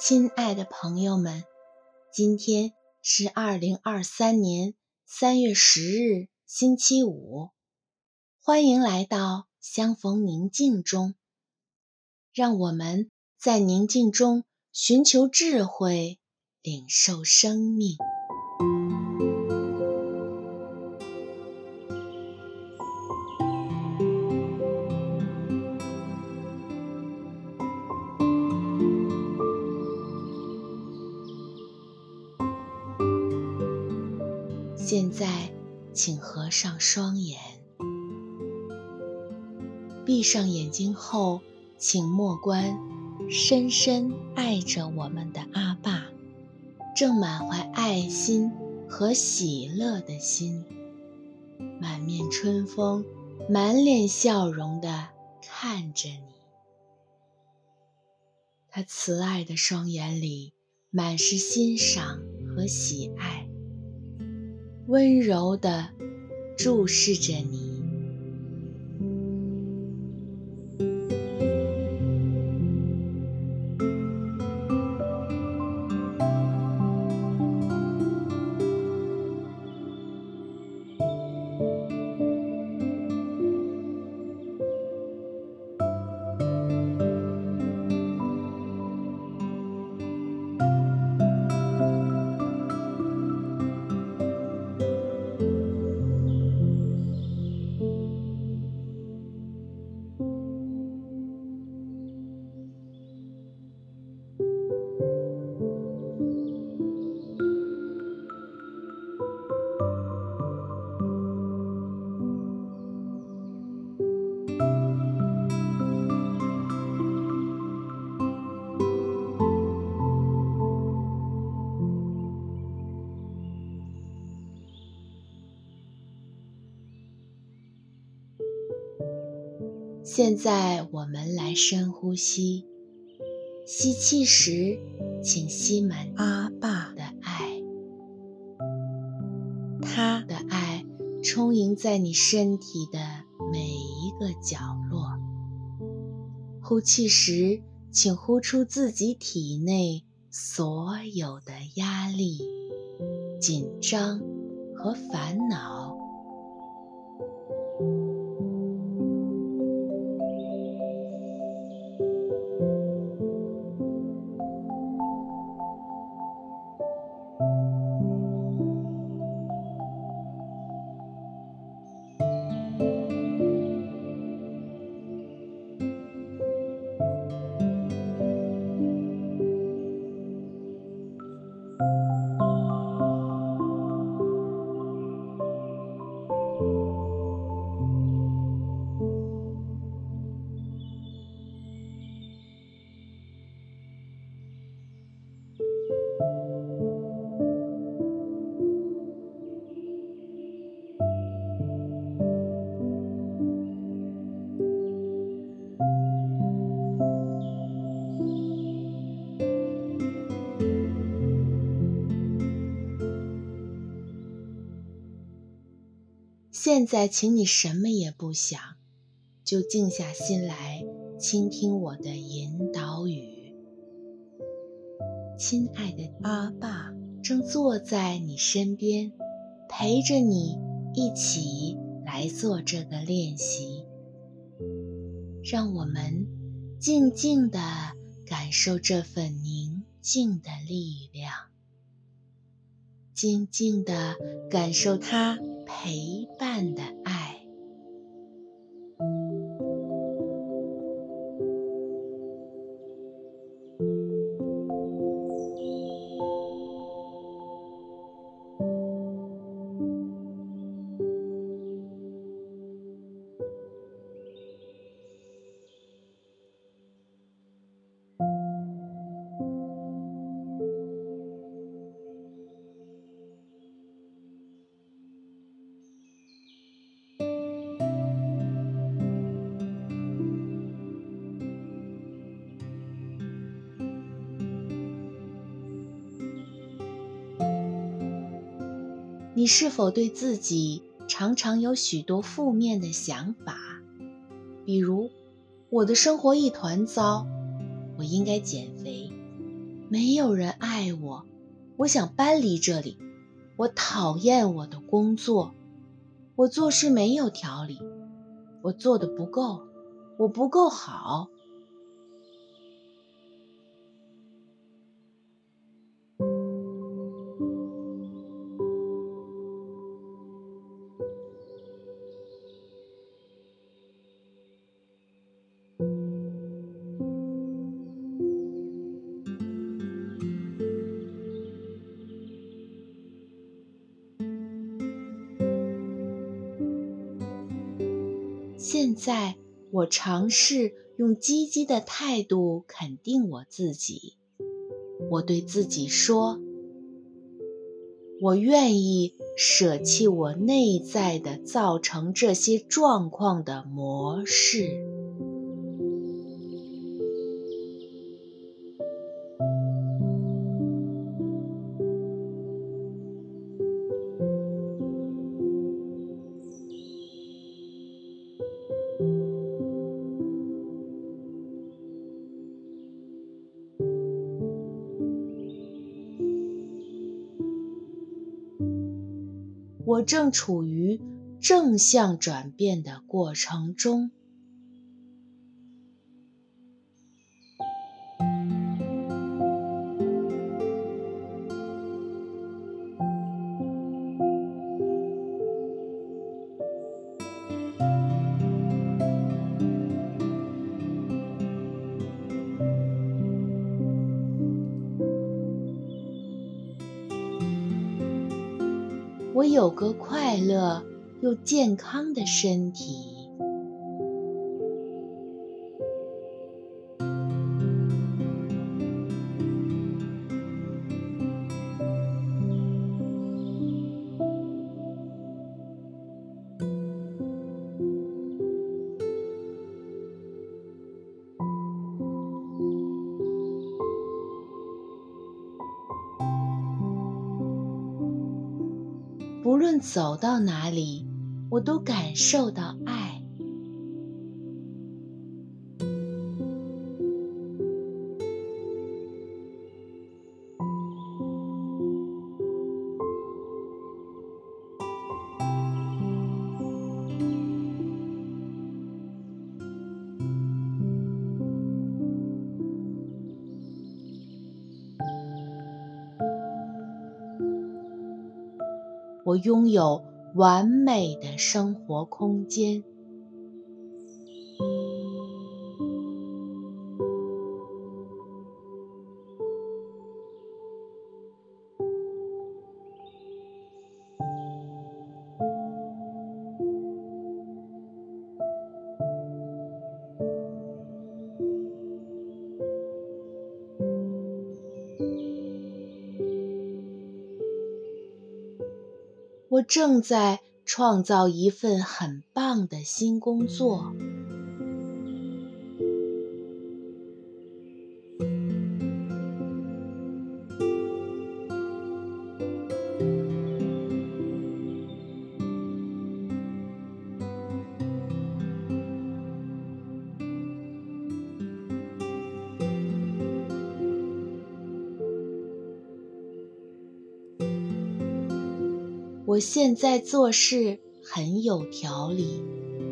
亲爱的朋友们，今天是2023年3月10日，星期五。欢迎来到相逢宁静中，让我们在宁静中寻求智慧，领受生命。现在，请合上双眼，闭上眼睛后，请默观深深爱着我们的阿爸，正满怀爱心和喜乐的心，满面春风，满脸笑容地看着你。他慈爱的双眼里满是欣赏和喜爱，温柔地注视着你。现在我们来深呼吸，吸气时，请吸满阿爸的爱，他的爱充盈在你身体的每一个角落。呼气时，请呼出自己体内所有的压力、紧张和烦恼。现在请你什么也不想，就静下心来倾听我的引导语。亲爱的阿爸正坐在你身边，陪着你一起来做这个练习。让我们静静地感受这份宁静的力量，静静地感受它陪伴的爱。你是否对自己常常有许多负面的想法？比如，我的生活一团糟，我应该减肥， 没有人爱我，我想搬离这里，我讨厌我的工作，我做事没有条理，我做得不够，我不够好。现在我尝试用积极的态度肯定我自己。我对自己说，我愿意舍弃我内在的造成这些状况的模式。我正处于正向转变的过程中。我有个快乐又健康的身体。不论走到哪里，我都感受到爱。我拥有完美的生活空间。我正在创造一份很棒的新工作。我现在做事很有条理。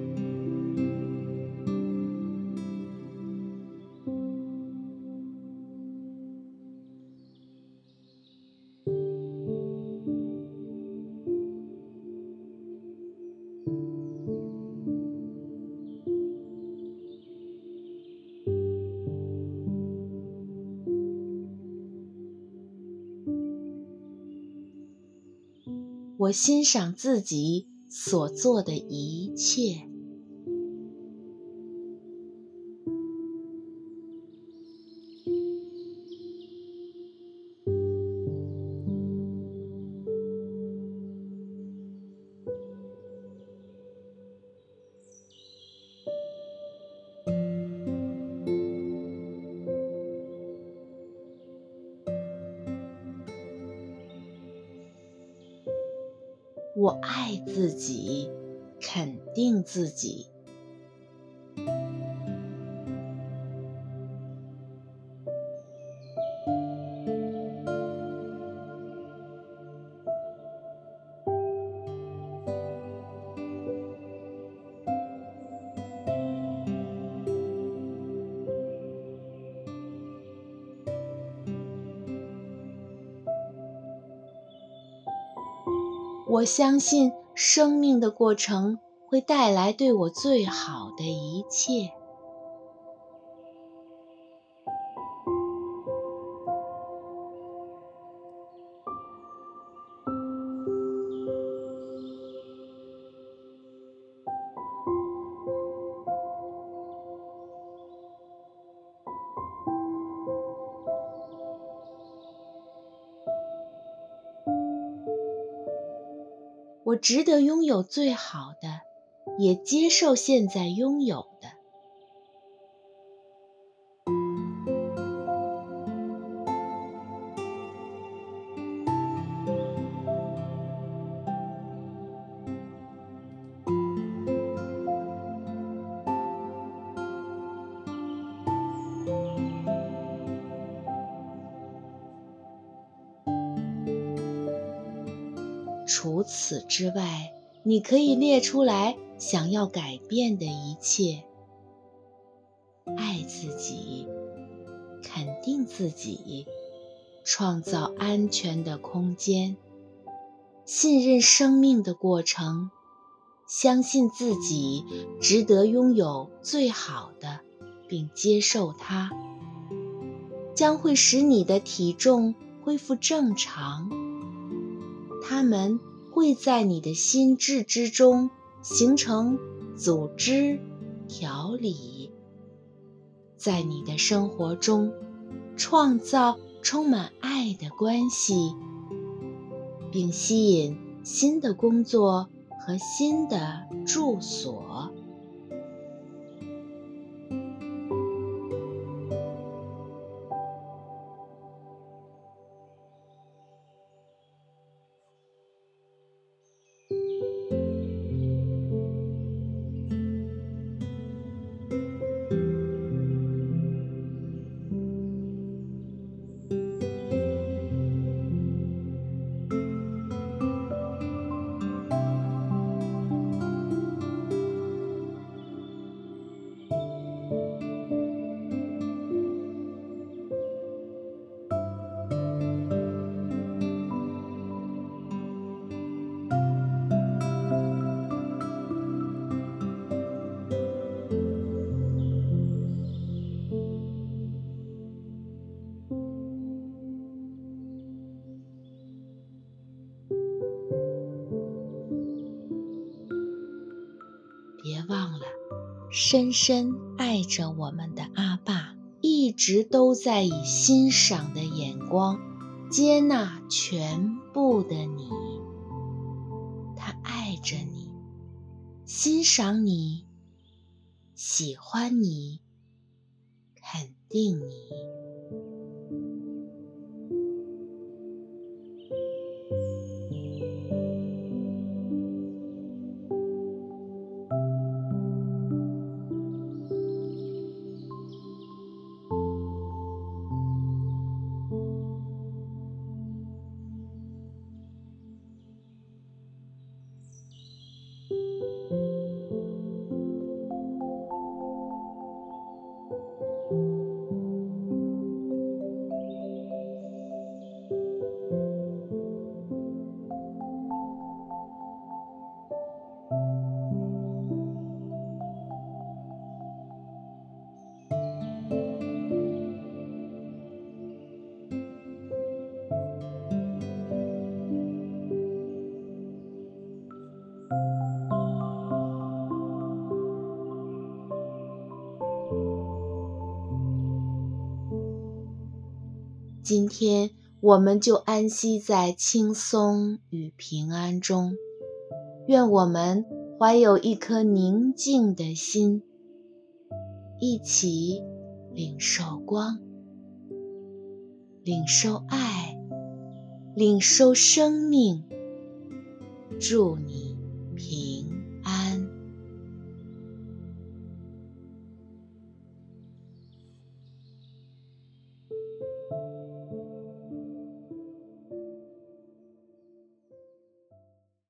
我欣赏自己所做的一切。我爱自己，肯定自己。 我相信生命的过程会带来对我最好的一切。我值得拥有最好的，也接受现在拥有的。除此之外，你可以列出来想要改变的一切。爱自己，肯定自己，创造安全的空间，信任生命的过程，相信自己值得拥有最好的，并接受它，将会使你的体重恢复正常。它们会在你的心智之中形成组织条理，在你的生活中创造充满爱的关系，并吸引新的工作和新的住所。别忘了，深深爱着我们的阿爸，一直都在以欣赏的眼光接纳全部的你。他爱着你，欣赏你，喜欢你，肯定你。今天我们就安息在轻松与平安中，愿我们怀有一颗宁静的心，一起领受光，领受爱，领受生命。祝你平